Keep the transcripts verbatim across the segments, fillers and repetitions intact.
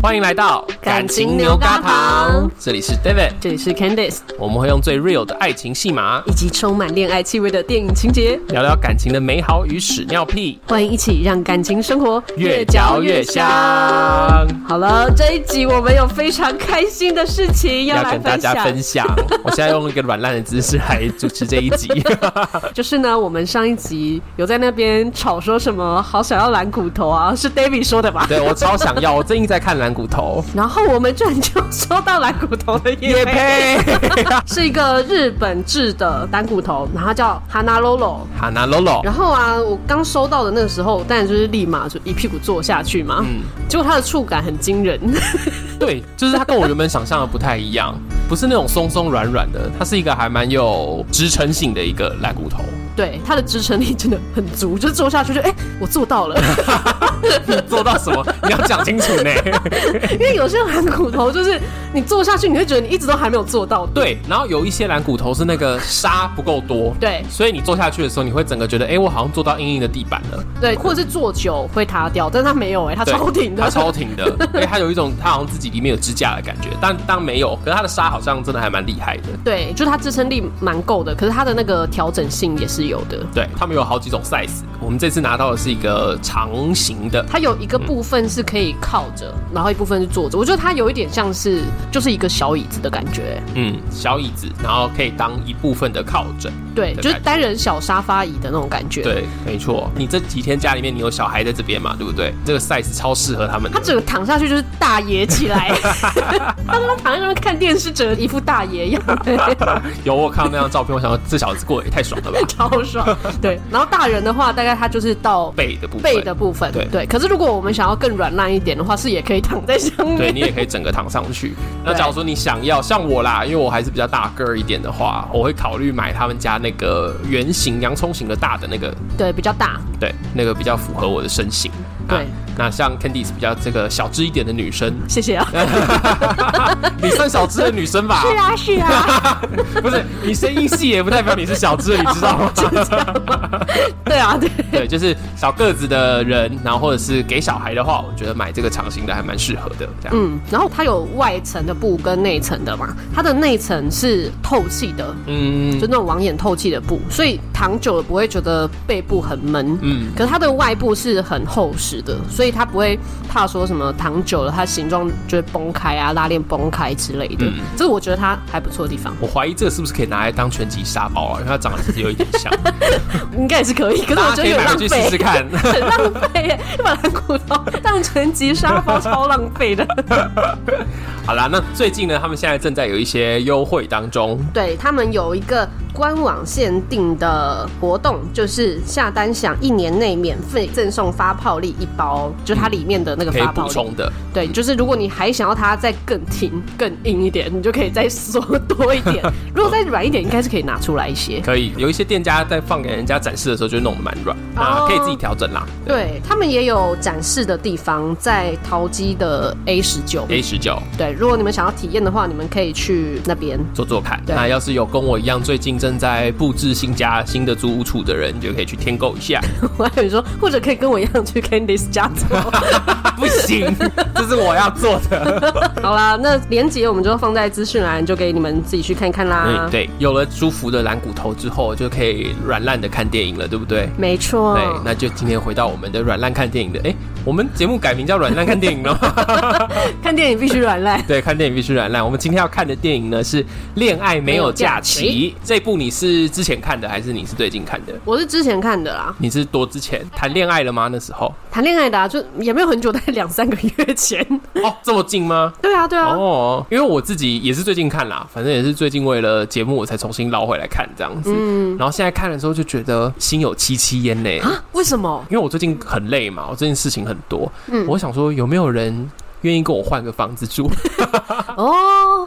欢迎来到感情牛轧糖， 这里是 David， 这里是 Candice， 我们会用最 real 的爱情戏码以及充满恋爱气味的电影情节， 聊聊感情的美好与屎尿屁， 欢迎一起让感情生活越嚼越香。 好了，这一集我们有非常开心的事情要来跟大家分享。我现在用一个软烂的姿势来主持这一集， 就是呢，我们上一集有在那边吵说什么好想要蓝骨头啊，是 David 说的吧？ 对，我超想要，我最近在看蓝骨头， 然后我们居然就收到蓝骨头的业配，是一个日本制的蓝骨头，然后它叫 Hanalolo。Hanalolo。然后啊，我刚收到的那个时候，当然就是立马就一屁股坐下去嘛，嗯，结果它的触感很惊人。 对，就是它跟我原本想象的不太一样，不是那种松松软软的，它是一个还蛮有支撑性的一个蓝骨头。 对，它的支撑力真的很足，就是坐下去就哎、欸，我做到了。 你做到什么？你要讲清楚呢。 因为有些蓝骨头就是你坐下去，你会觉得你一直都还没有做到。 对，然后有一些蓝骨头是那个沙不够多，对，所以你坐下去的时候，你会整个觉得，哎、欸，我好像坐到硬硬的地板了。 对，或者是坐久会塌掉，但是它没有、欸，哎，它超挺的， 它超挺的，因为它有一种它好像自己里面有支架的感觉，但当没有，可是它的沙好像真的还蛮厉害的。对， 就是它支撑力蛮够的，可是它的那个调整性也是有的。 对，他们有好几种 size， 我们这次拿到的是一个长型的， 它有一个部分是可以靠着、嗯，然后一部分是坐着。我觉得它有一点像是就是一个小椅子的感觉。嗯， 小椅子，然后可以当一部分的靠枕。 对，就是单人小沙发椅的那种感觉。 对，没错。你这几天家里面你有小孩在这边嘛，对不对？这个 size 超适合他们的。 他整个躺下去就是大爷起来，他说他躺在那边看电视，整个一副大爷样。 有，我看到那张照片，我想说这小子过得也太爽了吧， 超爽。对，然后大人的话，大概他就是到背的部分， 背的部分。对对。可是如果我们想要更软烂一点的话，是也可以躺在上面。 对，你也可以整个躺上去。那假如说你想要像我啦，因为我还是比较大个一点的话，我会考虑买他们家那个圆形洋葱型的大的那个。 对，比较大。 对，那个比较符合我的身形。 对。 那像 Candice 比较这个小只一点的女生， 谢谢啊。 你算小只的女生吧？ 是啊，是啊。 不是，你声音细也不代表你是小只的，你知道吗？ 对啊，对。 对，就是小个子的人，然后或者是给小孩的话，我觉得买这个长型的还蛮适合的。这样。 嗯，然后它有外层的布跟内层的嘛，它的内层是透气的，嗯，就那种网眼透气的布，所以躺久了不会觉得背部很闷。嗯，可是它的外部是很厚实的，所以它不会怕说什么躺久了它形状就会崩开啊，拉链崩开之类的。嗯，这是我觉得它还不错的地方。 我怀疑这个是不是可以拿来当拳击沙包啊？因为它长得其实有一点像。 应该也是可以，可是我觉得有浪费， 大家可以买回去试试看， 很浪费耶！就把蓝骨头当拳击沙包，超浪费的。 好啦，那最近呢，他们现在正在有一些优惠当中。 对，他们有一个官网限定的活动，就是下单享一年内免费赠送发泡力一包，就是它里面的那个发泡力、嗯、可以补充的。对，就是如果你还想要它再更挺、更硬一点，你就可以再缩多一点。如果再软一点，应该是可以拿出来一些。 可以，有一些店家在放给人家展示的时候，就弄得蛮软，那可以自己调整啦。 对，对他们也有展示的地方，在陶机的 A 十九 A 十九。 对，如果你们想要体验的话，你们可以去那边做做看。那要是有跟我一样最近正在布置新家、新的租屋处的人，就可以去添购一下。 我还以为说，或者可以跟我一样去 Candice 家做。 不行，这是我要做的。 好啦，那连结我们就放在资讯栏，就给你们自己去看看啦。 嗯，对，有了舒服的蓝骨头之后，就可以软烂的看电影了，对不对？ 没错。 对，那就今天回到我们的软烂看电影的，哎、欸，我们节目改名叫软烂看电影了。 看电影必须软烂。 对，看电影必须软烂。我们今天要看的电影呢是《恋爱没有假期》。这部你是之前看的，还是你是最近看的？ 我是之前看的啦。 你是多之前谈恋爱了吗？那时候谈恋爱的啊，就也没有很久，大概两三个月前。 哦，这么近吗？ 对啊，对啊。 哦，因为我自己也是最近看啦，反正也是最近为了节目我才重新捞回来看这样子。嗯，然后现在看的时候就觉得心有戚戚焉呢。 啊？为什么？ 因为我最近很累嘛，我最近事情很多。嗯，我想说有没有人愿意跟我换个房子住？ 哦，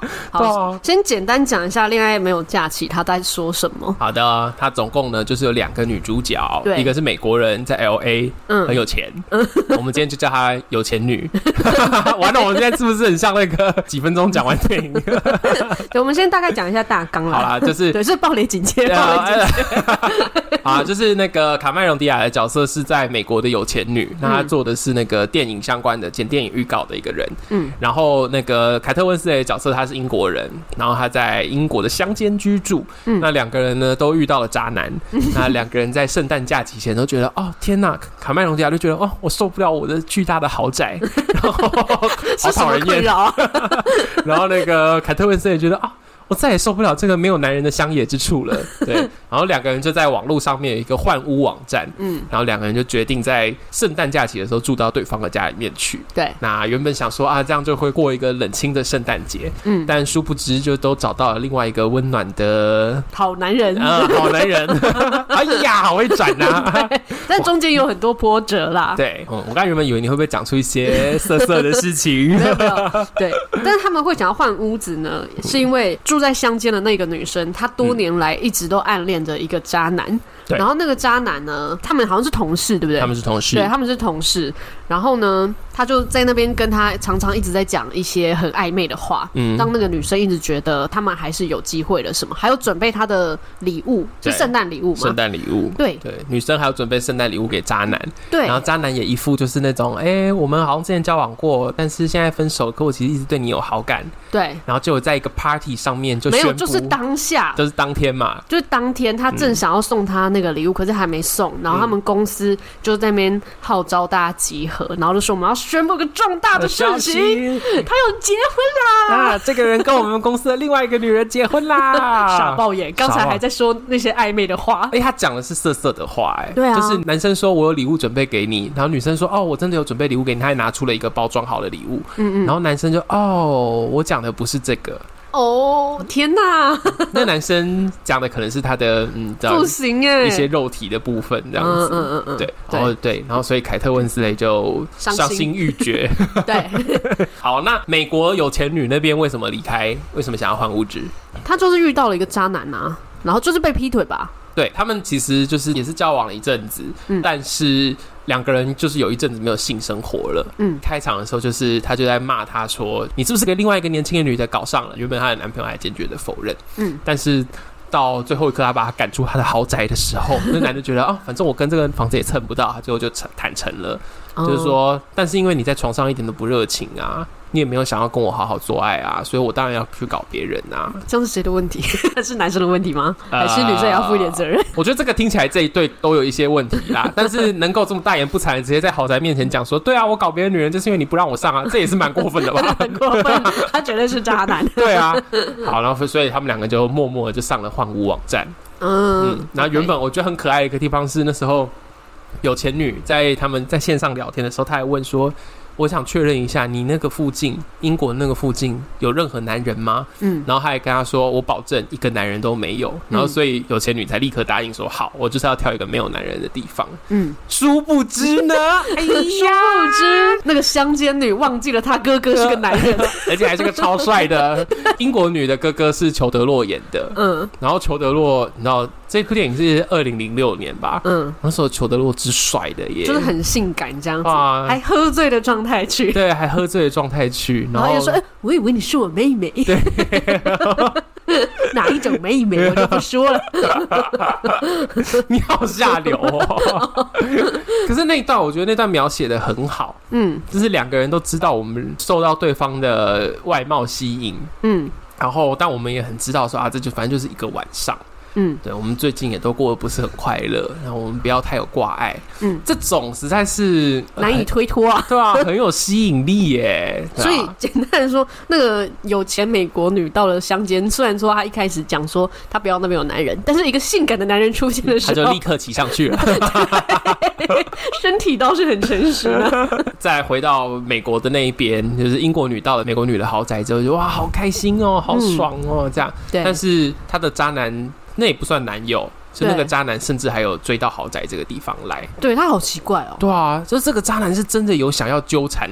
好，啊、先简单讲一下《恋爱没有假期》他在说什么。 好的，他总共呢就是有两个女主角，一个是美国人在 L A、嗯、很有钱，嗯、我们今天就叫她有钱女。完了，我们现在是不是很像那个几分钟讲完电影？ 对，我们先大概讲一下大纲啦。 好啦，就是对，是暴雷警戒，暴雷警戒。 啊，就是那个卡麦隆迪亚的角色是在美国的有钱女，那她做的是那个电影相关的剪电影预告的一个人。嗯，然后那个凯特温斯雷的角色他是英国人，然后他在英国的乡间居住。嗯，那两个人呢都遇到了渣男。嗯、那两个人在圣诞假期前都觉得，哦天哪，卡麦隆迪亚就觉得，哦，我受不了我的巨大的豪宅，然后好讨人厌。然后那个凯特温斯雷觉得啊。我再也受不了这个没有男人的乡野之处了，对。然后两个人就在网络上面有一个换屋网站，嗯，然后两个人就决定在圣诞假期的时候住到对方的家里面去。 对， 那原本想说啊，这样就会过一个冷清的圣诞节，嗯，但殊不知就都找到了另外一个温暖的好男人， 啊、嗯，好男人。哎呀，好会转呐、啊！ 但中间有很多波折啦。 对，嗯，我刚原本以为你会不会讲出一些色色的事情， 没有没有，对。但是他们会想要换屋子呢，是因为住在乡间的那个女生，她多年来一直都暗恋着一个渣男。对，然后那个渣男呢，他们好像是同事，对不对？ 他们是同事， 对，他们是同事。然后呢，他就在那边跟他常常一直在讲一些很暧昧的话，嗯，让那个女生一直觉得他们还是有机会的。什么？还有准备他的礼物，是圣诞礼物吗？ 圣诞礼物， 对对，女生还有准备圣诞礼物给渣男， 对。 然后渣男也一副就是那种，哎、欸，我们好像之前交往过，但是现在分手，可我其实一直对你有好感， 对。 然后就有在一个 party 上面就宣布， 没有，就是当下， 就是当天嘛， 就是当天他正想要送他那个礼物，嗯、可是还没送，然后他们公司就在那边号召大家集合，然后就说我们要宣布一个重大的事情，他有结婚啦！ 啊，这个人跟我们公司的另外一个女人结婚啦！ 傻爆眼，刚才还在说那些暧昧的话， 哎、欸，他讲的是色色的话、欸，哎， 对啊， 就是男生说我有礼物准备给你，然后女生说哦，我真的有准备礼物给你，他还拿出了一个包装好的礼物，嗯嗯，然后男生就哦，我讲的不是这个。 哦天哪！ 那男生讲的可能是他的嗯， 不行耶， 一些肉体的部分这样子，嗯嗯嗯，对，然后对，然后所以凯特温斯雷就伤心欲绝。 对， 好，那美国有钱女那边为什么离开？为什么想要换物质？ 他就是遇到了一个渣男啊，然后就是被劈腿吧。 对，他们其实就是也是交往了一阵子，嗯，但是两个人就是有一阵子没有性生活了。嗯，开场的时候就是他就在骂他说：“你是不是跟另外一个年轻的女的搞上了？”原本她的男朋友还坚决的否认。嗯，但是到最后一刻，他把他赶出他的豪宅的时候，那男的觉得啊、哦，反正我跟这个房子也蹭不到，他最后就坦诚了，哦、就是说，但是因为你在床上一点都不热情啊。你也没有想要跟我好好做爱啊，所以我当然要去搞别人啊。 这样是谁的问题？是男生的问题吗？还是女生也要负一点责任？呃、 我觉得这个听起来这一对都有一些问题啦，但是能够这么大言不惭直接在豪宅面前讲说，对啊，我搞别的女人就是因为你不让我上啊，这也是蛮过分的吧？ 很过分，他绝对是渣男。 对啊，好，然后所以他们两个就默默的就上了换屋网站。嗯，嗯然后原本我觉得很可爱的一个地方是那时候有钱女在他们在线上聊天的时候，他还问说。我想确认一下，你那个附近，英国那个附近有任何男人吗？嗯，然后他还跟他说，我保证一个男人都没有。然后所以有钱女才立刻答应说，好，我就是要挑一个没有男人的地方。嗯，殊不知呢，哎呀，殊不知那个乡间女忘记了她哥哥是个男人， 而且还是个超帅的英国女的哥哥是裘德洛演的。嗯，然后裘德洛，你知道这部电影是二零零六年吧？嗯，那时候裘德洛之帅的耶， 就是很性感这样子，还喝醉的状态。去对，还喝醉的状态去， 然后又说：“哎、欸，我以为你是我妹妹。”对，哪一种妹妹我就不说了。 你好下流哦！可是那一段，我觉得那段描写的很好，嗯，就是两个人都知道我们受到对方的外貌吸引，嗯，然后但我们也很知道说啊，这就反正就是一个晚上。嗯，对，我们最近也都过得不是很快乐，然后我们不要太有挂碍，嗯，这种实在是难以推脱啊， 对啊，很有吸引力耶。 所以简单的说，那个有钱美国女到了乡间，虽然说她一开始讲说她不要那边有男人，但是一个性感的男人出现的时候， 她就立刻骑上去了， 身体倒是很诚实呢。 再回到美国的那一边，就是英国女到了美国女的豪宅之后，就哇，好开心哦，好爽哦，嗯、这样。对，但是她的渣男。那也不算男友，所以那个渣男甚至还有追到豪宅这个地方来。 对，他好奇怪哦。 对啊，就是这个渣男是真的有想要纠缠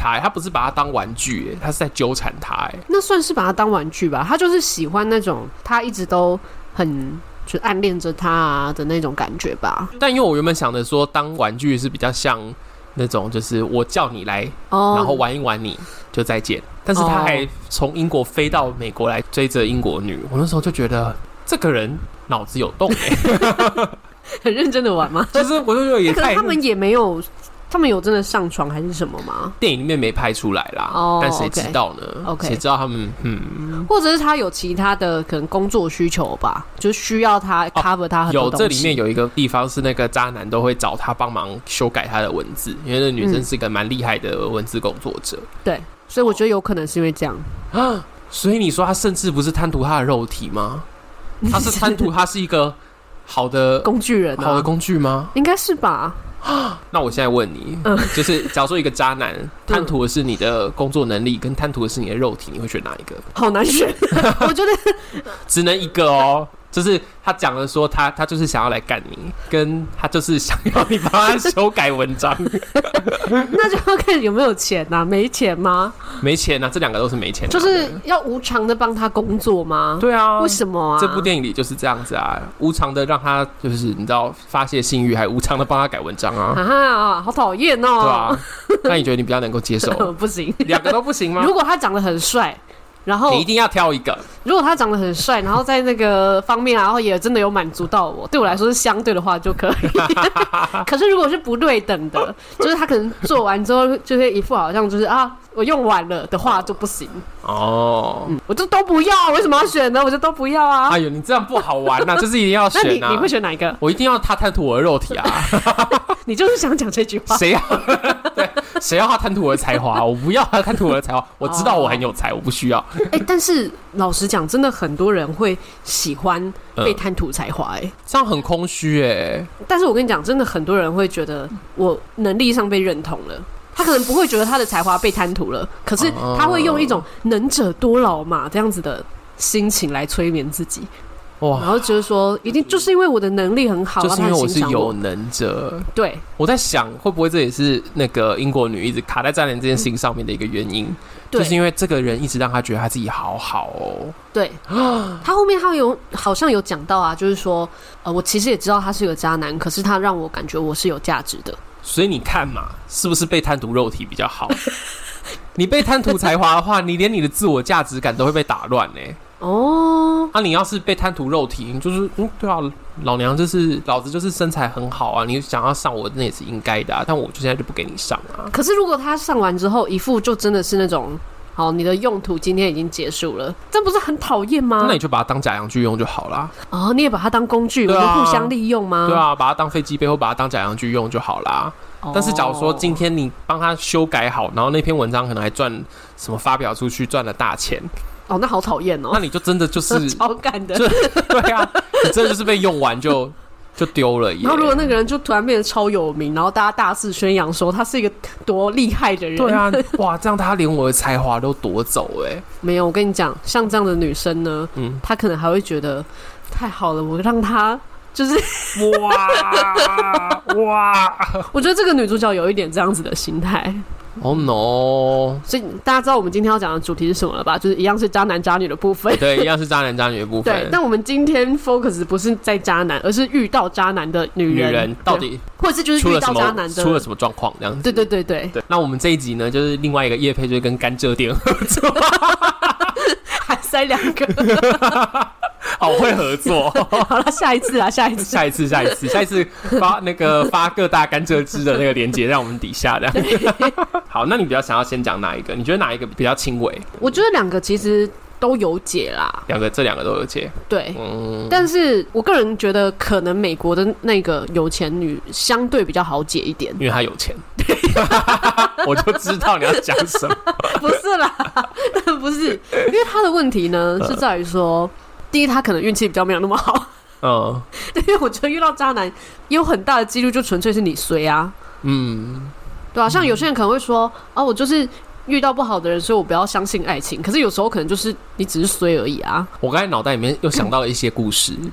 他，他不是把他当玩具，他是在纠缠他。 那算是把他当玩具吧，他就是喜欢那种他一直都很就暗恋着他啊的那种感觉吧。 但因为我原本想的说当玩具是比较像那种就是我叫你来、oh. 然后玩一玩你就再见，但是他还从英国飞到美国来追着英国女，我那时候就觉得这个人脑子有洞欸很认真的玩吗？ 就是我就觉得也太、欸、 可是他们也没有，他们有真的上床还是什么吗？ 电影里面没拍出来啦，哦、但谁知道呢？ OK， 谁知道他们嗯， 或者是他有其他的可能工作需求吧，就是需要他 cover 他很多东西、 哦、有，这里面有一个地方是那个渣男都会找他帮忙修改他的文字，因为那女生是一个蛮厉害的文字工作者、嗯、 对，所以我觉得有可能是因为这样啊。所以你说他甚至不是贪图他的肉体吗？他是贪图他是一个好的工具人、啊、 好的工具吗？ 应该是吧。 那我现在问你、嗯、就是假如说一个渣男贪图的是你的工作能力跟贪图的是你的肉体，你会选哪一个？ 好难选我觉得只能一个哦，就是他讲了说他他就是想要来干你，跟他就是想要你帮他修改文章那就要看有没有钱啊，没钱吗？ 没钱啊，这两个都是没钱的， 就是要无偿的帮他工作吗？ 对啊， 为什么啊？ 这部电影里就是这样子啊，无偿的让他就是你知道发泄性欲，还无偿的帮他改文章啊， 啊，好讨厌哦。 对啊，那你觉得你比较能够接受？ 不行， 两个都不行吗？ 如果他长得很帅，然后你一定要挑一个。 如果他长得很帅，然后在那个方面，然后也真的有满足到我，对我来说是相对的话就可以。可是如果是不对等的，就是他可能做完之后，就是一副好像就是啊，我用完了的话就不行。哦，嗯，我就都不要，为什么要选呢？我就都不要啊。 哎呦，你这样不好玩呐、啊，就是一定要选啊。 那你你会选哪一个？ 我一定要他贪图我的肉体啊。 你就是想讲这句话。 谁要？对，谁要他贪图我的才华？我不要他贪图我的才华。我知道我很有才，我不需要。 哎、欸，但是老实讲，真的很多人会喜欢被贪图才华，哎， 这样很空虚哎。 但是我跟你讲，真的很多人会觉得我能力上被認同了。他可能不会觉得他的才华被贪图了，可是他会用一种能者多劳嘛这样子的心情来催眠自己。哇！然后觉得说，一定就是因为我的能力很好， 就是因为我是有能者。 对， 我在想，会不会这也是那个英国女一直卡在渣男这件事情上面的一个原因？嗯、就是因为这个人一直让他觉得他自己好好哦。 对，他后面他有好像有讲到啊，就是说，呃，我其实也知道他是个渣男，可是他让我感觉我是有价值的。 所以你看嘛，是不是被贪图肉体比较好？你被贪图才华的话，你连你的自我价值感都会被打乱呢、欸。哦，啊，你要是被贪图肉体，你就是嗯，对啊，老娘就是老子就是身材很好啊，你想要上我那也是应该的啊，但我就现在就不给你上啊。 可是如果他上完之后，一副就真的是那种。好，你的用途今天已经结束了，这不是很讨厌吗？ 那你就把它当假洋具用就好啦。 哦，你也把它当工具，我们互相利用吗？ 对啊，把它当飞机杯或把它当假洋具用就好啦。哦、但是假如说今天你帮他修改好，然后那篇文章可能还赚什么发表出去赚了大钱。 哦，那好讨厌哦。 那你就真的就是超干的， 对啊，你真的就是被用完就。就丢了耶。 然后如果那个人就突然变得超有名，然后大家大肆宣扬说他是一个多厉害的人， 对啊，哇，这样他连我的才华都夺走哎。 没有，我跟你讲，像这样的女生呢，嗯，她可能还会觉得太好了，我让她就是哇哇，我觉得这个女主角有一点这样子的心态。 Oh no！ 所以大家知道我们今天要讲的主题是什么了吧？就是一样是渣男渣女的部分。 对，一样是渣男渣女的部分。 对，但我们今天 focus 不是在渣男，而是遇到渣男的女人， 女人到底或者是就是遇到渣男的出了什么状况这样子。 对对对对对。那我们这一集呢，就是另外一个业配，就是跟甘蔗店合作， 还塞两个。 好会合作。 好了，下一次啊，下一次， 下一次，下一次，下一次发那个发各大甘蔗汁的那个连结，让我们底下的。好，那你比较想要先讲哪一个？你觉得哪一个比较轻微？ 我觉得两个其实都有解啦。 两个，这两个都有解。 对，嗯。但是我个人觉得，可能美国的那个有钱女相对比较好解一点， 因为她有钱。我就知道你要讲什么。 不是啦，不是，因为她的问题呢是在于说。第一，他可能运气比较没有那么好，嗯，因为我觉得遇到渣男也有很大的几率就纯粹是你衰啊，嗯，对啊，像有些人可能会说，啊，我就是遇到不好的人，所以我不要相信爱情。可是有时候可能就是你只是衰而已啊。 我刚才脑袋里面又想到了一些故事、嗯、啊，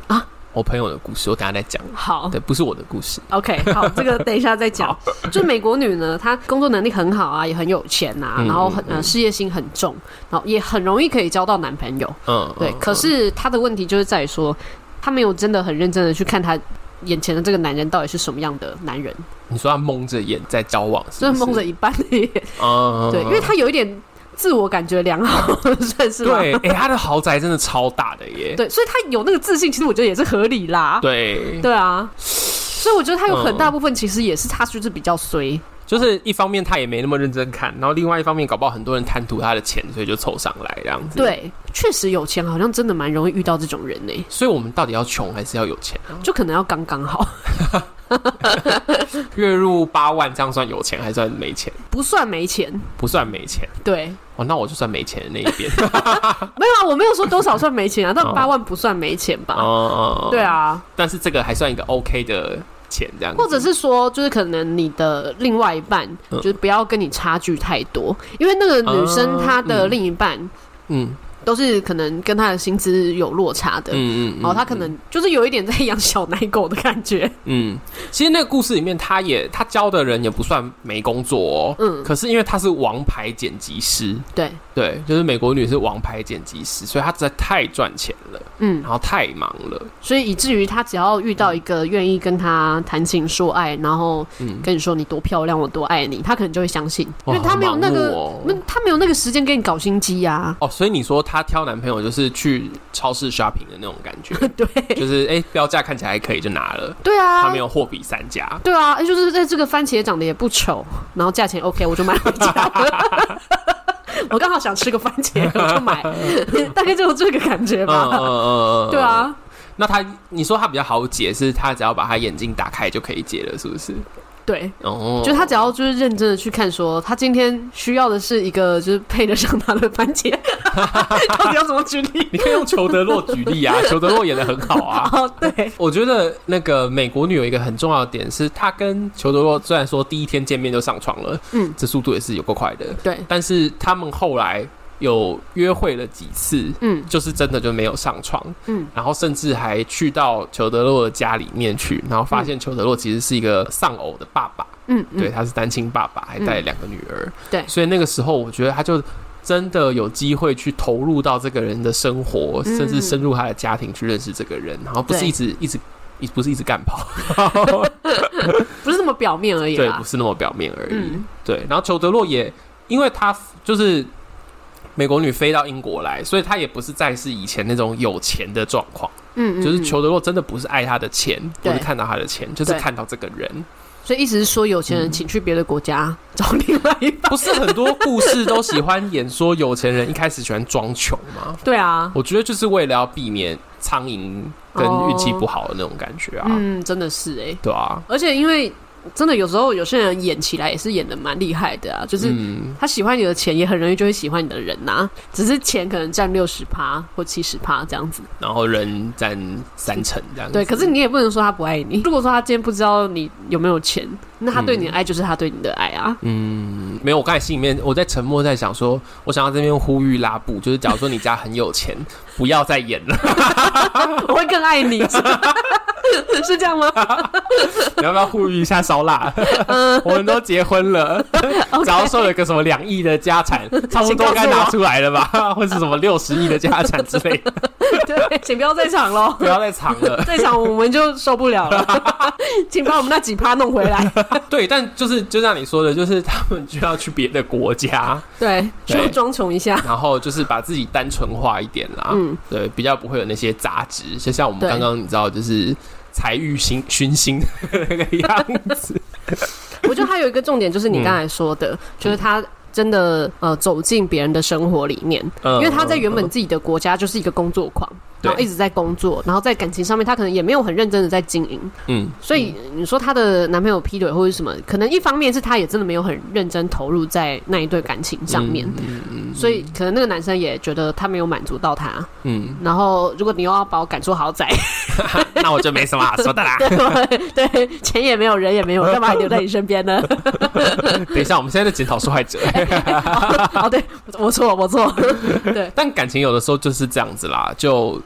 我朋友的故事，我等一下再讲。 好， 对，不是我的故事。 OK， 好，这个等一下再讲。就美国女呢，她工作能力很好啊，也很有钱啊，嗯、然后很、呃、事业心很重，然后也很容易可以交到男朋友。嗯，对。嗯、可是她的问题就是在于说，她没有真的很认真的去看她眼前的这个男人到底是什么样的男人。你说她蒙着眼在交往是不是， 就是蒙着一半的眼。嗯，对，因为她有一点自我感觉良好，算是对。哎、欸，他的豪宅真的超大的耶。 对，所以他有那个自信，其实我觉得也是合理啦。 对， 对啊。所以我觉得他有很大部分其实也是他就是比较衰， 就是一方面他也没那么认真看，然后另外一方面搞不好很多人贪图他的钱，所以就凑上来这样子。 对，确实有钱好像真的蛮容易遇到这种人呢。 所以我们到底要穷还是要有钱啊？ 就可能要刚刚好。 月入八万这样算有钱还算没钱？ 不算没钱， 不算没钱。 对， 哦，那我就算没钱的那一边。 没有啊，我没有说多少算没钱啊，但八万不算没钱吧？哦，对啊。 但是这个还算一个 OK 的钱，这样子。 或者是说，就是可能你的另外一半，就是不要跟你差距太多，因为那个女生她的另一半，嗯。嗯都是可能跟他的薪资有落差的，嗯嗯，然后他可能就是有一点在养小奶狗的感觉， 嗯。其实那个故事里面，他也他教的人也不算没工作哦，嗯。可是因为他是王牌剪辑师， 对对，就是美国女是王牌剪辑师，所以他实在太赚钱了，嗯，然后太忙了， 所以以至于他只要遇到一个愿意跟他谈情说爱，然后跟你说你多漂亮，我多爱你，他可能就会相信，因为他没有那个，哦、他没有那个时间给你搞心机呀、 啊。哦，所以你说。他挑男朋友就是去超市 shopping 的那种感觉， 对， 就是哎、欸、标价看起来还可以就拿了， 对啊， 他没有货比三家， 对啊，就是在这个番茄长得也不丑，然后价钱 OK 我就买回家了。我刚好想吃个番茄，我就买，大概就有这个感觉吧。嗯嗯嗯，对啊。 那他，你说他比较好解，是他只要把他眼睛打开就可以解了，是不是？ 对，哦，就他只要就是认真的去看说，说他今天需要的是一个就是配得上他的番茄，到底要怎么举例？ 你可以用裘德洛举例啊，裘德洛演得很好啊。 哦，对， 我觉得那个美国女有一个很重要的点是，他跟裘德洛虽然说第一天见面就上床了，嗯，这速度也是有够快的， 对， 但是他们后来。有约会了几次，嗯，就是真的就没有上床，嗯，然后甚至还去到裘德洛的家里面去，然后发现裘德洛其实是一个丧偶的爸爸，嗯，对，他是单亲爸爸，还带了两个女儿，嗯、 对， 所以那个时候我觉得他就真的有机会去投入到这个人的生活，嗯、甚至深入他的家庭去认识这个人，然后不是一直一直不是一直干跑， 不是那么表面而已啦， 对，不是那么表面而已，嗯、对，然后裘德洛也因为他就是。美国女飞到英国来，所以她也不是再是以前那种有钱的状况。嗯, 嗯, 嗯，就是裘德洛真的不是爱他的钱，或是看到他的钱，就是看到这个人。 所以意思是说，有钱人请去别的国家、嗯、找另外一半。 不是很多故事都喜欢演说有钱人一开始喜欢装穷吗？ 对啊， 我觉得就是为了要避免苍蝇跟运气不好的那种感觉啊。 哦、嗯，真的是哎、欸， 对啊， 而且因为。真的有时候有些人演起来也是演的蛮厉害的啊，就是他喜欢你的钱，也很容易就会喜欢你的人呐、啊。只是钱可能占六十趴或七十趴这样子， 然后人占三成这样子。 对，可是你也不能说他不爱你。如果说他今天不知道你有没有钱，那他对你的爱就是他对你的爱啊。 嗯，没有，我刚才心里面我在沉默，在想说，我想要这边呼吁拉布，就是假如说你家很有钱，不要再演了， 我会更爱你。是这样吗？ 你要不要呼吁一下烧腊？嗯、我们都结婚了，假如说有个什么两亿的家产，差不多该拿出来了吧？或是什么六十亿的家产之类的。 对，请不要再藏了， 不要再藏了， 再藏我们就受不了了。请把我们那几趴弄回来。 对，但就是就像你说的，就是他们就要去别的国家， 对，就装穷一下， 然后就是把自己单纯化一点啦。嗯，对，比较不会有那些杂质，就像我们刚刚你知道，就是财欲熏熏心的那个样子。 我觉得还有一个重点就是你刚才说的，嗯、就是他。真的呃走进别人的生活里面，嗯、因为他在原本自己的国家就是一个工作狂，然后一直在工作，然后在感情上面他可能也没有很认真的在经营，嗯，所以你说她的男朋友劈腿或者什么，可能一方面是他也真的没有很认真投入在那一段感情上面，嗯嗯、所以可能那个男生也觉得他没有满足到他，嗯，然后如果你又要把我赶出豪宅， 那我就没什么好说的啦， 对对，钱也没有，人也没有，干嘛还留在你身边呢？ 等一下，我们现在在检讨受害者。 哦, 哦，对，我错，我错。对， 但感情有的时候就是这样子啦，就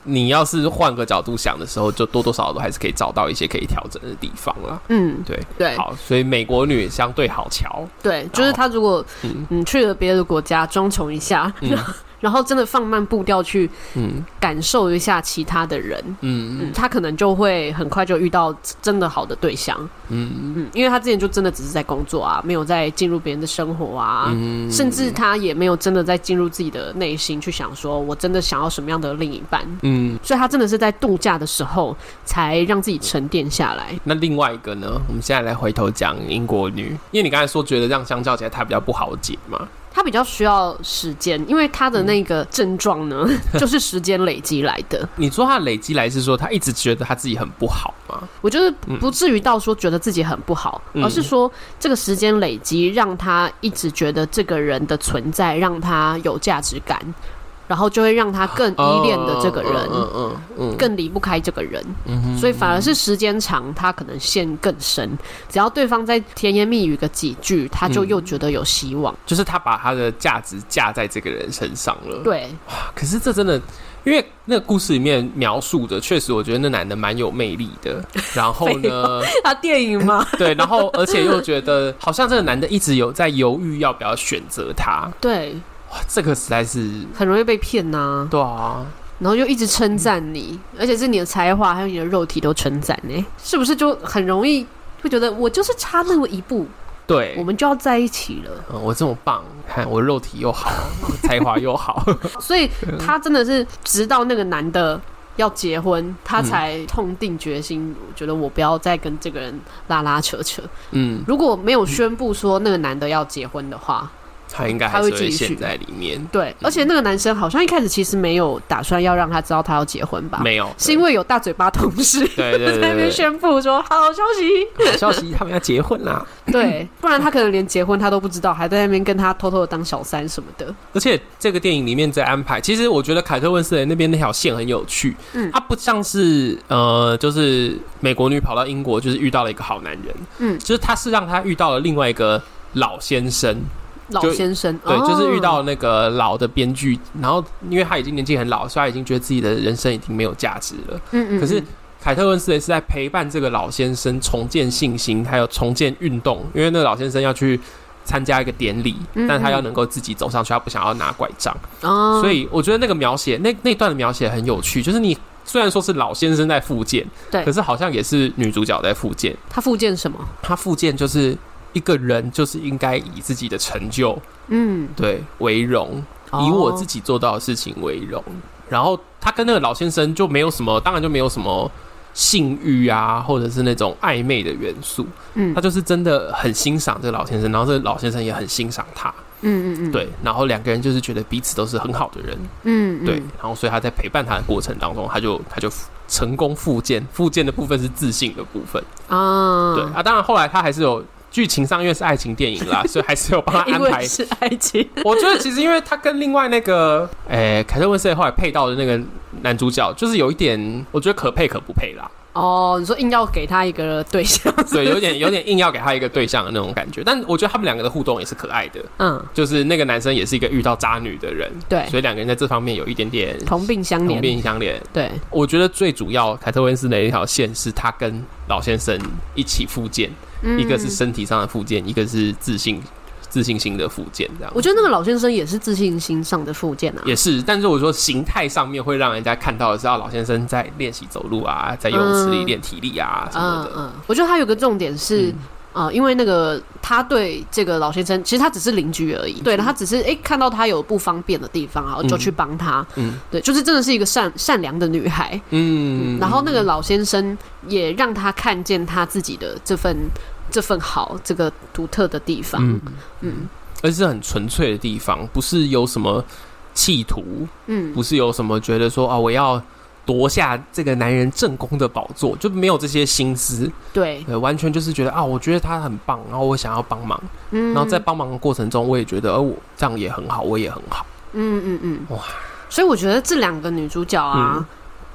你要是换个角度想的时候，就多多少少都还是可以找到一些可以调整的地方啦。嗯，对对。 好，所以美国女相对好瞧。 对，就是她如果嗯嗯去了别的国家装穷一下。嗯然后真的放慢步调去感受一下其他的人，嗯嗯，他可能就会很快就遇到真的好的对象，嗯嗯，因为他之前就真的只是在工作啊，没有在进入别人的生活啊，嗯，甚至他也没有真的在进入自己的内心去想说我真的想要什么样的另一半，嗯，所以他真的是在度假的时候才让自己沉淀下来。 那另外一个呢，我们现在来回头讲英国女，因为你刚才说觉得这样相较起来她比较不好解嘛， 他比较需要时间，因为他的那个症状呢，嗯、就是时间累积来的。 你说他累积来是说他一直觉得他自己很不好吗？ 我觉得不至于到说觉得自己很不好，嗯、而是说这个时间累积让他一直觉得这个人的存在让他有价值感。然后就会让他更依恋的这个人，嗯嗯嗯嗯、更离不开这个人，嗯、所以反而是时间长，他可能陷更深。只要对方在甜言蜜语个几句，他就又觉得有希望。嗯、 就是他把他的价值架在这个人身上了。 对， 可是这真的，因为那个故事里面描述的，确实我觉得那男的蛮有魅力的。然后呢， 他电影吗？ 对，然后而且又觉得好像这个男的一直有在犹豫要不要选择他。 对。 哇，这个实在是很容易被骗呐、啊。 对啊， 然后又一直称赞你，而且是你的才华还有你的肉体都称赞呢，是不是就很容易会觉得我就是差那么一步， 对， 我们就要在一起了。 嗯、我这么棒，看我肉体又好，才华又好， 所以他真的是直到那个男的要结婚，他才痛定决心，我觉得我不要再跟这个人拉拉扯扯。嗯，如果没有宣布说那个男的要结婚的话。 他应该还是会陷在里面。 对，而且那个男生好像一开始其实没有打算要让他知道他要结婚吧？ 没有， 是因为有大嘴巴同事对对对对在那边宣布说好消息， 好消息，他们要结婚啦。 对，不然他可能连结婚他都不知道，还在那边跟他偷偷的当小三什么的。 而且这个电影里面在安排，其实我觉得凯特温斯莱那边那条线很有趣。嗯，他不像是呃，就是美国女跑到英国，就是遇到了一个好男人。嗯，就是他是让他遇到了另外一个老先生。 老先生对、 哦， 就是遇到那个老的编剧，然后因为他已经年纪很老，所以他已经觉得自己的人生已经没有价值了。嗯 嗯, 嗯。可是凯特温斯莱是在陪伴这个老先生重建信心，还有重建运动，因为那个老先生要去参加一个典礼，嗯嗯但他要能够自己走上去，他不想要拿拐杖。哦。所以我觉得那个描写，那那段的描写很有趣，就是你虽然说是老先生在复健，对，可是好像也是女主角在复健。 他复健什么？ 他复健就是。一个人就是应该以自己的成就，嗯，对为荣，以我自己做到的事情为荣。然后他跟那个老先生就没有什么，当然就没有什么性欲啊，或者是那种暧昧的元素。嗯，他就是真的很欣赏这个老先生，然后这个老先生也很欣赏他。嗯嗯嗯，对，然后两个人就是觉得彼此都是很好的人。嗯, 嗯，对，然后所以他在陪伴他的过程当中，他就他就成功复健，复健的部分是自信的部分啊。对啊，当然后来他还是有。剧情上因为是爱情电影啦，所以还是有帮他安排。 因为是爱情， 我觉得其实因为他跟另外那个，诶、欸，凯特温斯莱后来配到的那个男主角，就是有一点，我觉得可配可不配啦。 哦，你说硬要给他一个对象是不是， 对，有点有点硬要给他一个对象的那种感觉。但我觉得他们两个的互动也是可爱的，嗯，就是那个男生也是一个遇到渣女的人，对，所以两个人在这方面有一点点同病相怜， 同病相怜。 对， 我觉得最主要凯特温斯莱一条线是他跟老先生一起复健。嗯、一个是身体上的复健，一个是自信自信心的复健，这样。 我觉得那个老先生也是自信心上的复健啊， 也是。但是我说形态上面会让人家看到的是，老先生在练习走路啊，在游泳池里练体力啊、嗯、什么的。嗯嗯， 我觉得他有个重点是。嗯呃，因为那个他对这个老先生，其实他只是邻居而已。对了，他只是哎、欸、看到他有不方便的地方，然后就去帮他。嗯，对，就是真的是一个善善良的女孩。嗯，然后那个老先生也让他看见他自己的这份这份好，这个独特的地方。嗯嗯， 而且是很纯粹的地方，不是有什么企图，嗯，不是有什么觉得说啊我要。夺下这个男人正宫的宝座，就没有这些心思。对，对，完全就是觉得啊，我觉得他很棒，然后我想要帮忙。嗯，然后在帮忙的过程中，我也觉得，呃，我这样也很好，我也很好。 嗯嗯嗯，哇！所以我觉得这两个女主角啊，嗯、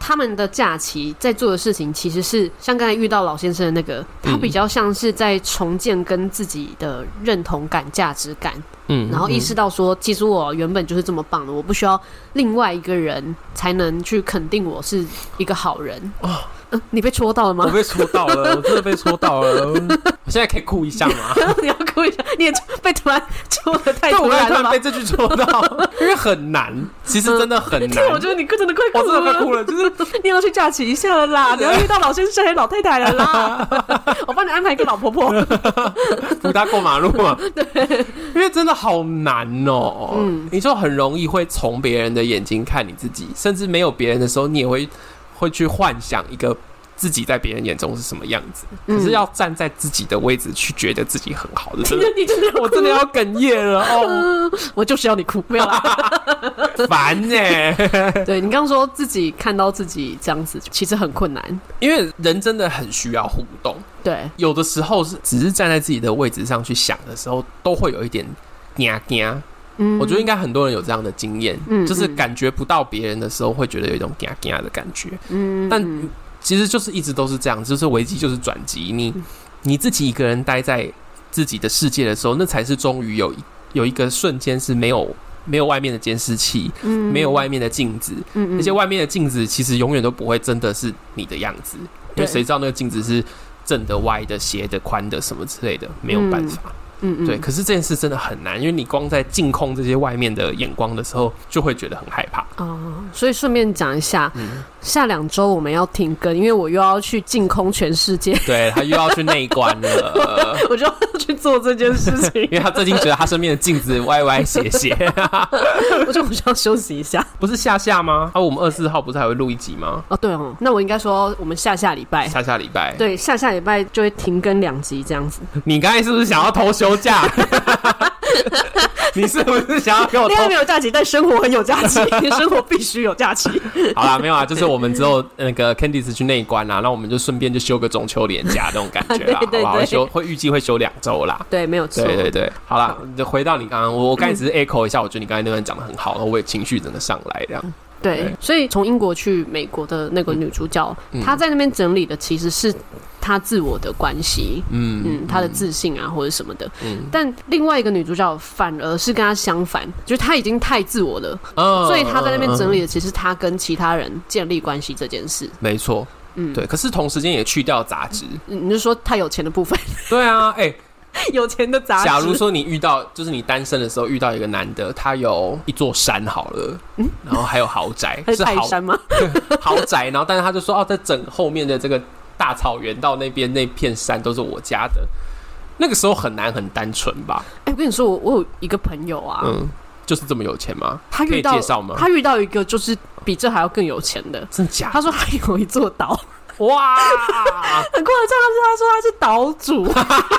他们的假期在做的事情其实是像刚才遇到老先生的那个，他比较像是在重建跟自己的认同感、价值感，嗯，然后意识到说，其实我原本就是这么棒的，我不需要另外一个人才能去肯定我是一个好人。哦呃、你被戳到了吗？ 我被戳到了，我真的被戳到了。我现在可以哭一下吗？ 你要哭一下，你也被突然戳的太突然了吧？ 对，我突然被这句戳到，因为很难，其实真的很难。 嗯、我觉得你真的快哭了， 我真的快哭了，就是你要去假期一下了啦，你要遇到老先生还是老太太了啦，我帮你安排一个老婆婆， 扶她过马路嘛。对，因为真的好难哦、嗯，你就很容易会从别人的眼睛看你自己，甚至没有别人的时候，你也会。会去幻想一个自己在别人眼中是什么样子，嗯、可是要站在自己的位置去觉得自己很好的，真的， 你真的我真的要哽咽了哦、 呃！我就是要你哭，没有啦， 烦哎、欸！ 对你刚刚说自己看到自己这样子，其实很困难， 因为人真的很需要互动。 对， 有的时候是只是站在自己的位置上去想的时候，都会有一点惊惊。嗯，我觉得应该很多人有这样的经验、嗯，就是感觉不到别人的时候，会觉得有一种嘎嘎的感觉。嗯，但其实就是一直都是这样，就是危机就是转机。你你自己一个人待在自己的世界的时候，那才是终于有有一个瞬间是没有没有外面的监视器、嗯，没有外面的镜子，嗯，而且外面的镜子其实永远都不会真的是你的样子，因为谁知道那个镜子是正的、歪的、斜的、宽的什么之类的，没有办法。嗯嗯嗯对，可是这件事真的很难，因为你光在净空这些外面的眼光的时候，就会觉得很害怕。 哦，所以顺便讲一下，嗯、下两周我们要停更，因为我又要去净空全世界。 对，他又要去内观了， 我就要去做这件事情， 因为他最近觉得他身边的镜子歪歪斜斜， 我就我需要休息一下。 不是下下吗？啊，我们二十四号不是还会录一集吗？ 哦，对哦，那我应该说我们下下礼拜， 下下礼拜， 对，下下礼拜就会停更两集这样子。 你刚才是不是想要偷休假？你是不是想要给我偷？ 恋爱没有假期，但生活很有假期，生活必须有假期。 好啦，没有啊，就是我们之后那个 Candice 去内观啦，那我们就顺便就休个中秋连假那种感觉啦，对对对好不好？休会预计会休两周啦。 对，没有错。 对对对，好啦，就回到你刚刚，我我刚才只是 echo 一下，我觉得你刚才那段讲的很好，然后我也情绪整个上来这样。 对，所以从英国去美国的那个女主角，嗯、她在那边整理的其实是她自我的关系，嗯嗯，她的自信啊或者什么的。嗯，但另外一个女主角反而是跟她相反，就是她已经太自我了，哦、所以她在那边整理的其实她跟其他人建立关系这件事。 没错，嗯，对。可是同时间也去掉杂质， 你是说她有钱的部分？ 对啊，哎、欸。 有钱的杂志。 假如说你遇到，就是你单身的时候遇到一个男的，他有一座山好了，嗯，然后还有豪宅， 是泰山吗？ 豪宅，然后但是他就说哦，在整后面的这个大草原到那边那片山都是我家的，那个时候很难很单纯吧？ 哎、欸，我跟你说，我我有一个朋友啊，嗯， 就是这么有钱吗？ 他遇到可以介绍吗？ 他遇到一个就是比这还要更有钱的， 真的假的？ 他说他有一座岛。 哇， 很夸张！他说他是岛主，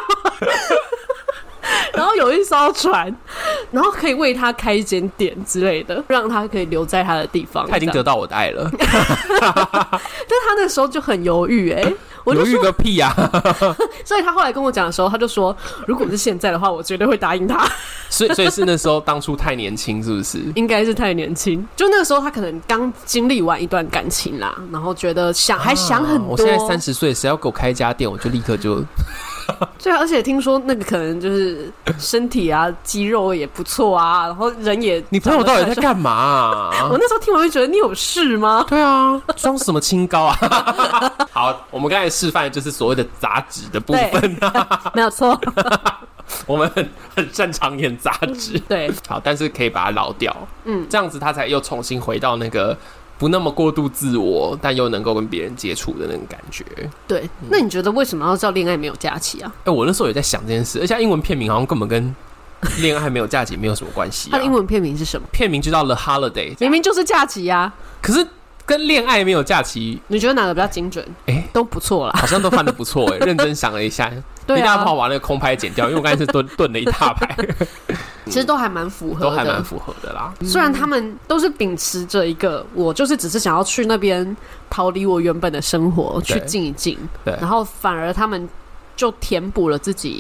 然后有一艘船，然后可以为他开一间店之类的，让他可以留在他的地方。 他已经得到我的爱了， 但他那时候就很犹豫、欸，哎，我就犹豫个屁呀、 啊！所以他后来跟我讲的时候，他就说，如果是现在的话，我绝对会答应他。 所以，所以是那时候当初太年轻，是不是？ 应该是太年轻，就那个时候他可能刚经历完一段感情啦，然后觉得想、啊、还想很多。 我现在三十岁，谁要给我开一家店，我就立刻就。 对啊，而且听说那个可能就是身体啊、肌肉也不错啊，然后人也…… 你朋友到底在干嘛、啊？ 我那时候听完就觉得你有事吗？ 对啊，装什么清高啊？好，我们刚才示范的就是所谓的杂质的部分、啊， 没有错。 我们 很, 很擅长演杂质， 对， 好，但是可以把它捞掉，嗯，这样子他才又重新回到那个不那么过度自我，但又能够跟别人接触的那种感觉。 对、嗯，那你觉得为什么要叫恋爱没有假期啊？ 哎、欸，我那时候也在想这件事，而且英文片名好像根本跟恋爱没有假期没有什么关系、啊。 它的英文片名是什么？ 片名就叫 The Holiday， 明明就是假期啊， 可是。跟恋爱没有假期， 你觉得哪个比较精准？哎、欸，都不错啦， 好像都翻得不错哎、欸。认真想了一下，对啊，一定要帮我把那个空拍剪掉，因为我刚才是顿顿了一大排。 其实都还蛮符合的， 都还蛮符合的啦。 虽然他们都是秉持着一个，我就是只是想要去那边逃离我原本的生活，去静一静，对，然后反而他们就填补了自己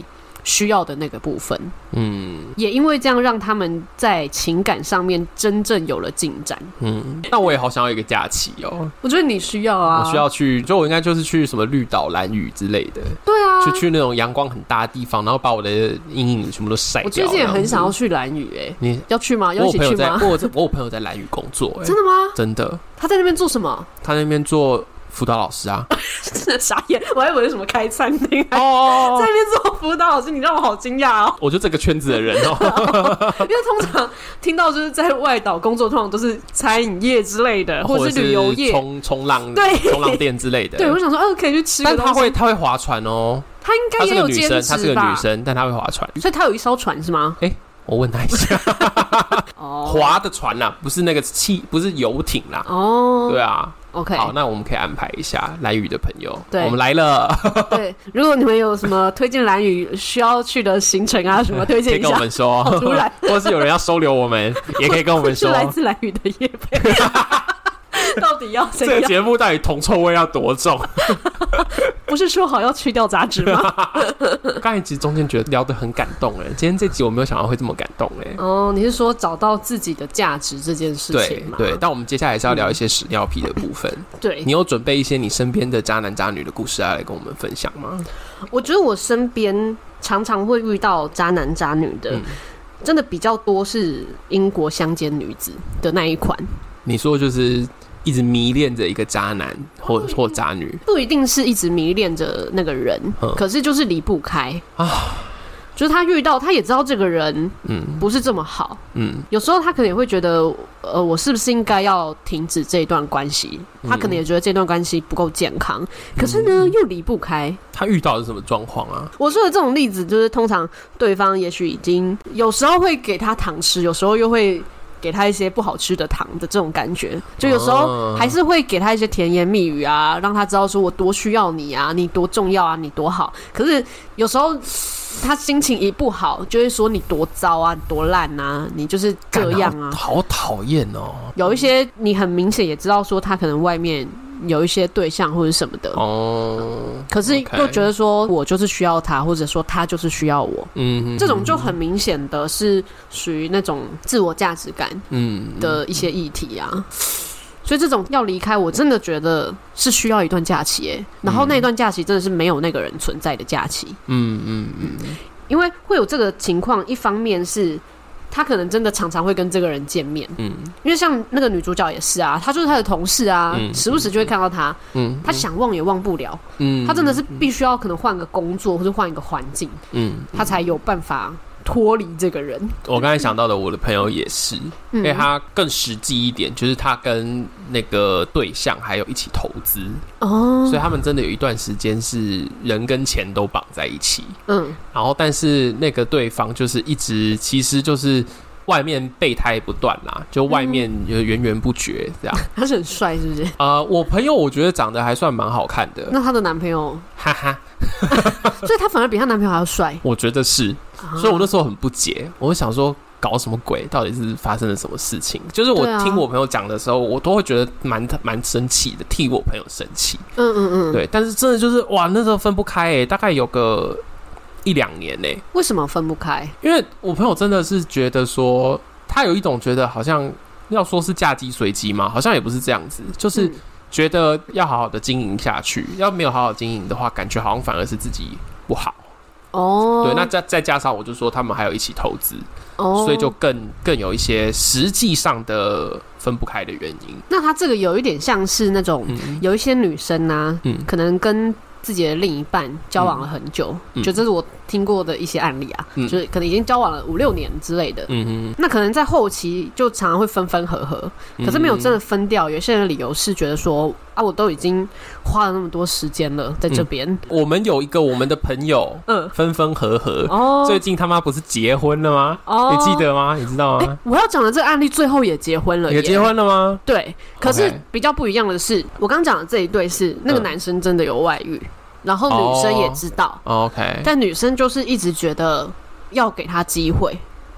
需要的那个部分。嗯，也因为这样让他们在情感上面真正有了进展。 嗯，那我也好想要一个假期哦。 我觉得你需要啊， 我需要去，就我应该就是去什么绿岛、兰屿之类的。 对啊， 就去那种阳光很大的地方，然后把我的阴影全部都晒掉。 我最近也很想要去兰屿，哎，你要去吗？要一起去吗？ 我有我有朋友在兰屿工作，哎， 真的吗？ 真的。 他在那边做什么？ 他在那边做辅导老师啊。 真的傻眼，我还以为是什么开餐厅哦，在那边做辅导老师，你让我好惊讶哦。 我就这个圈子的人哦， 因为通常听到就是在外岛工作，通常都是餐饮业之类的，或者是旅游业、 冲冲浪、 对冲浪店之类的。 对，我想说，哦，可以去吃个东西。 但他会他会划船哦， 他应该也有兼职吧？ 她是个女生，但她会划船， 所以她有一艘船是吗？ 哎、欸，我问她一下。哦，划的船啦，不是那个汽，不是游艇啦。哦，对啊。 OK， 好，那我们可以安排一下兰屿的朋友，对，我们来了。 对，如果你们有什么推荐兰屿需要去的行程啊，什么推荐一下， 可以跟我们说。 好突然， 或是有人要收留我们，也可以跟我们说。 是来自兰屿的业配。到底要怎样？ 这个节目到底铜臭味要多重？ 不是说好要去掉杂质吗？ 刚才其实中间觉得聊得很感动哎，今天这集我没有想到会这么感动哎。 哦，你是说找到自己的价值这件事情吗？ 对对，但我们接下来是要聊一些屎尿屁的部分。对，你有准备一些你身边的渣男渣女的故事要来跟我们分享吗？ 我觉得我身边常常会遇到渣男渣女的，嗯、真的比较多是英国乡间女子的那一款。你说就是一直迷恋着一个渣男或或渣女， 不一定是一直迷恋着那个人，可是就是离不开啊。就是他遇到，他也知道这个人，嗯，不是这么好，嗯，有时候他可能也会觉得，呃，我是不是应该要停止这一段关系？他可能也觉得这段关系不够健康，可是呢，嗯、又离不开。 他遇到的是什么状况啊？ 我说的这种例子，就是通常对方也许已经有时候会给他糖吃，有时候又会给他一些不好吃的糖的这种感觉，就有时候还是会给他一些甜言蜜语啊，让他知道说我多需要你啊，你多重要啊，你多好。可是有时候他心情一不好，就会说你多糟啊，你多烂啊，你就是这样啊， 好讨厌哦。 有一些你很明显也知道说他可能外面有一些对象或者什么的哦，可是又觉得说我就是需要他，或者说他就是需要我，嗯，这种就很明显的是属于那种自我价值感嗯的一些议题啊。所以这种要离开，我真的觉得是需要一段假期耶。然后那一段假期真的是没有那个人存在的假期。嗯嗯嗯，因为会有这个情况，一方面是他可能真的常常会跟这个人见面，嗯，因为像那个女主角也是啊，她就是他的同事啊，嗯、时不时就会看到他，嗯，他想忘也忘不了，嗯，他真的是必须要可能换个工作或者换一个环境，嗯，他才有办法脱离这个人。 我刚才想到的，我的朋友也是，因为他更实际一点，就是他跟那个对象还有一起投资哦，所以他们真的有一段时间是人跟钱都绑在一起，嗯，然后但是那个对方就是一直其实就是外面备胎不断啦，就外面源源不绝这样。 他是很帅是不是？ 呃，我朋友我觉得长得还算蛮好看的。 那她的男朋友，哈哈，所以她反而比她男朋友还要帅。 我觉得是，所以我那时候很不解，我就想说搞什么鬼？到底是发生了什么事情？就是我听我朋友讲的时候，我都会觉得蛮蛮生气的，替我朋友生气。嗯嗯嗯，对。但是真的就是哇，那时候分不开哎、欸，大概有个一两年呢、欸。 为什么分不开？ 因为我朋友真的是觉得说，他有一种觉得好像要说是嫁鸡随鸡嘛，好像也不是这样子，就是觉得要好好的经营下去，要没有好好经营的话，感觉好像反而是自己不好。哦，对，那再再加上我就说他们还有一起投资，哦，所以就更更有一些实际上的分不开的原因。 那他这个有一点像是那种、嗯、有一些女生啊，嗯，可能跟自己的另一半交往了很久，嗯、就这是我听过的一些案例啊，嗯、就是可能已经交往了五六年之类的，嗯哼，那可能在后期就常常会分分合合，可是没有真的分掉。有些人的理由是觉得说啊，我都已经花了那么多时间了，在这边、嗯。 我们有一个我们的朋友，嗯，分分合合，哦，最近他妈不是结婚了吗？哦，你记得吗？你知道吗？欸、 我要讲的这个案例最后也结婚了耶， 也结婚了吗？ 对，可是比较不一样的是， okay. 我刚讲的这一对是那个男生真的有外遇。嗯，然后女生也知道、oh, ，OK， 但女生就是一直觉得要给他机会，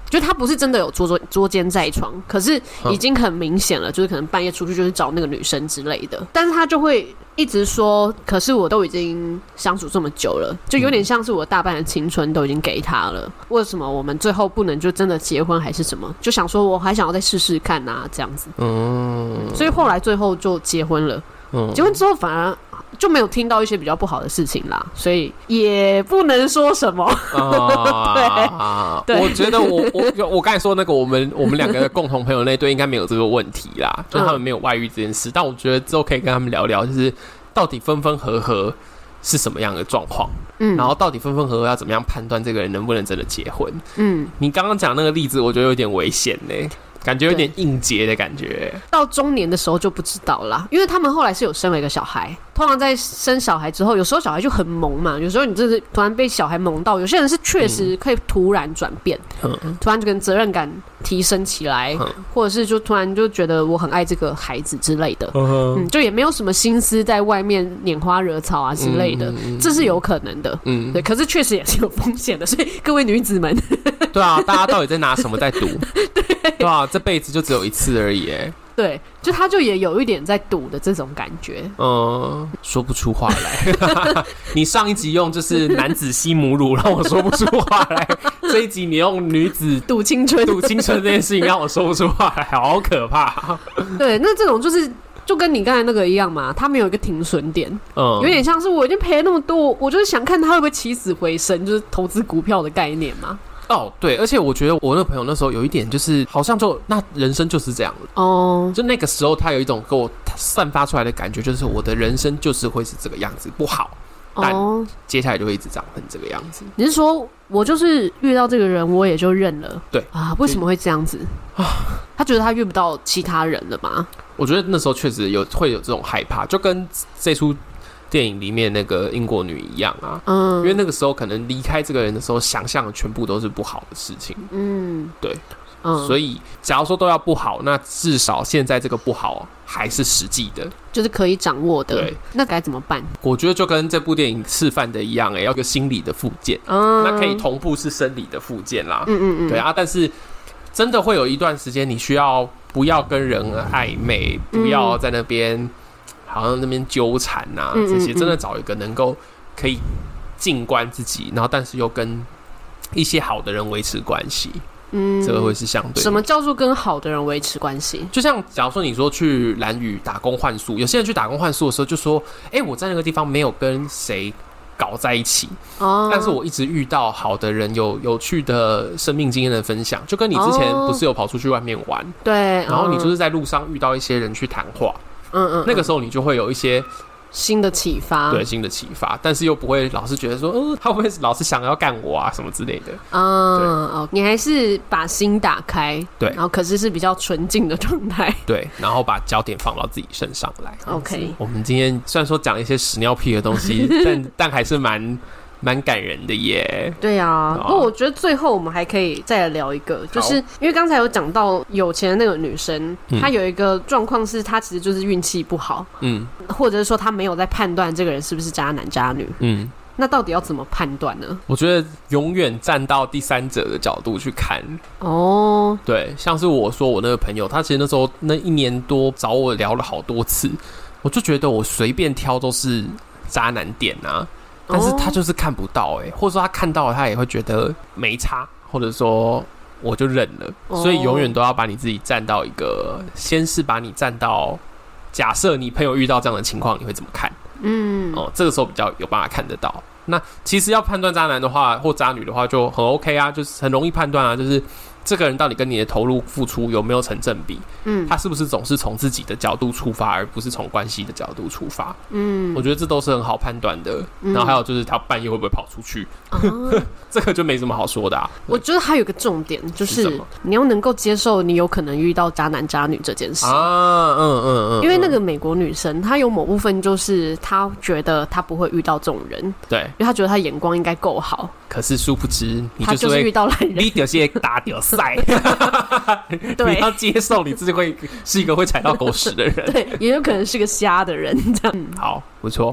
就他不是真的有捉捉奸在床，可是已经很明显了，就是可能半夜出去就是找那个女生之类的，但是他就会一直说，可是我都已经相处这么久了，就有点像是我大半的青春都已经给他了，为什么我们最后不能就真的结婚还是什么？就想说我还想要再试试看啊，这样子。嗯，所以后来最后就结婚了。嗯，结婚之后反而就没有听到一些比较不好的事情啦，所以也不能说什么。 啊、对，我觉得我我我刚才说那个我们我们两个共同朋友那对应该没有这个问题啦，就是他们没有外遇这件事。嗯、但我觉得之后可以跟他们聊聊，就是到底分分合合是什么样的状况，嗯，然后到底分分合合要怎么样判断这个人能不能真的结婚？嗯，你刚刚讲那个例子，我觉得有点危险嘞。感觉有点应节的感觉， 到中年的时候就不知道啦，因为他们后来是有生了一个小孩。通常在生小孩之后，有时候小孩就很萌嘛，有时候你真是突然被小孩萌到，有些人是确实可以突然转变，嗯、突然就跟责任感提升起来，嗯、或者是就突然就觉得我很爱这个孩子之类的，嗯, 嗯，就也没有什么心思在外面拈花惹草啊之类的，嗯、这是有可能的，嗯，对，可是确实也是有风险的，所以各位女子们， 对啊，大家到底在拿什么在赌？对，对啊，这辈子就只有一次而已，哎。 对，就他就也有一点在赌的这种感觉， 嗯，说不出话来。你上一集用就是男子吸母乳让我说不出话来，这一集你用女子赌青春， 赌青春这件事情让我说不出话来，好可怕。 对，那这种就是就跟你刚才那个一样嘛，他没有一个停损点，嗯，有点像是我已经赔了那么多，我就是想看他会不会起死回生，就是投资股票的概念嘛。 哦，对，而且我觉得我那个朋友那时候有一点就是，好像就那人生就是这样哦，就那个时候他有一种给我散发出来的感觉，就是我的人生就是会是这个样子，不好，但接下来就会一直长成这个样子。 你是说我就是遇到这个人，我也就认了？ 对啊，为什么会这样子啊？他觉得他遇不到其他人了吗？ 我觉得那时候确实有会有这种害怕，就跟这出电影里面那个英国女一样啊，嗯，因为那个时候可能离开这个人的时候，想象的全部都是不好的事情，嗯，对，嗯，所以假如说都要不好，那至少现在这个不好还是实际的， 就是可以掌握的，对，那该怎么办？ 我觉得就跟这部电影示范的一样，哎，要有个心理的复健，嗯，那可以同步是生理的复健啦，嗯嗯嗯，对啊，但是真的会有一段时间，你需要不要跟人暧昧，不要在那边。嗯好像那边纠缠啊，这些真的找一个能够可以静观自己，然后但是又跟一些好的人维持关系，嗯，这个会是相对的。 什么叫做跟好的人维持关系？ 就像假如说你说去兰屿打工换宿，有些人去打工换宿的时候就说，哎、欸，我在那个地方没有跟谁搞在一起，哦，但是我一直遇到好的人，有有趣的生命经验的分享，就跟你之前不是有跑出去外面玩， 对， 然后你就是在路上遇到一些人去谈话。嗯嗯，那个时候你就会有一些新的启发， 对，新的启发，但是又不会老是觉得说，呃，他会不会老是想要干我啊什么之类的？嗯， 哦，你还是把心打开， 对， 然后可是是比较纯净的状态， 对，然后把焦点放到自己身上来。 OK， 我们今天虽然说讲了一些屎尿屁的东西，但但还是蛮。蛮感人的耶。 对啊，不过我觉得最后我们还可以再来聊一个，就是因为刚才有讲到有钱的那个女生，嗯、她有一个状况是她其实就是运气不好，嗯，或者是说她没有在判断这个人是不是渣男渣女，嗯，那到底要怎么判断呢？ 我觉得永远站到第三者的角度去看哦。对，像是我说我那个朋友，他其实那时候那一年多找我聊了好多次，我就觉得我随便挑都是渣男点啊。但是他就是看不到哎、欸，或者说他看到了，他也会觉得没差，或者说我就忍了。Oh. 所以永远都要把你自己站到一个，先是把你站到，假设你朋友遇到这样的情况，你会怎么看？嗯，哦，这个时候比较有办法看得到。那其实要判断渣男的话，或渣女的话，就很 OK 啊，就是很容易判断啊，就是这个人到底跟你的投入付出有没有成正比？嗯，他是不是总是从自己的角度出发，而不是从关系的角度出发？嗯，我觉得这都是很好判断的。嗯、然后还有就是他半夜会不会跑出去？嗯、这个就没什么好说的啊。 我觉得还有一个重点就是你要能够接受你有可能遇到渣男渣女这件事啊。嗯嗯嗯，因为那个美国女生她有某部分就是她觉得她不会遇到这种人， 对， 因为她觉得她眼光应该够好。 可是殊不知你就是会，她就是遇到烂人， 你就是打掉赛。你要接受你自己会是一个会踩到狗屎的人， 对，也有可能是个瞎的人。这样好，不错。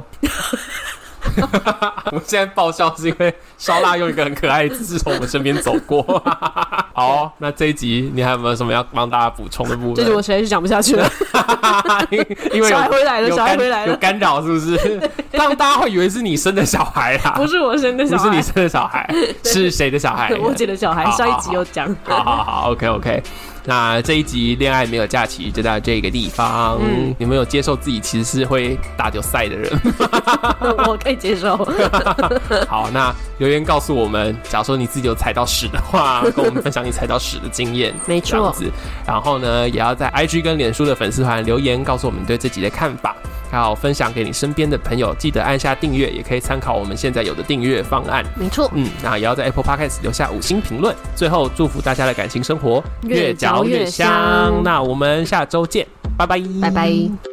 我们现在爆笑是因为烧腊用一个很可爱的姿势从我们身边走过。 好、哦，那这一集你还有没有什么要帮大家补充的部分？ 这集我实在是讲不下去了， 因为小孩回来了，小孩回来了， 有干扰是不是？让大家会以为是你生的小孩啦， 不是我生的小孩， 不是你生的小孩，是谁的小孩？ 我姐的小孩。上一集有讲。 好好好 ，OK OK。那这一集恋爱没有假期就到这个地方，嗯，你们有接受自己其实是会打丢赛的人我可以接受好，那留言告诉我们，假如说你自己有踩到屎的话，跟我们分享你踩到屎的经验， 没错。 然后呢，也要在 I G 跟脸书的粉丝团留言告诉我们对这集的看法，还有分享给你身边的朋友，记得按下订阅，也可以参考我们现在有的订阅方案， 没错。 嗯，那也要在 Apple Podcast 留下五星评论。最后祝福大家的感情生活越嚼越香。那我们下周见，拜拜， 拜拜。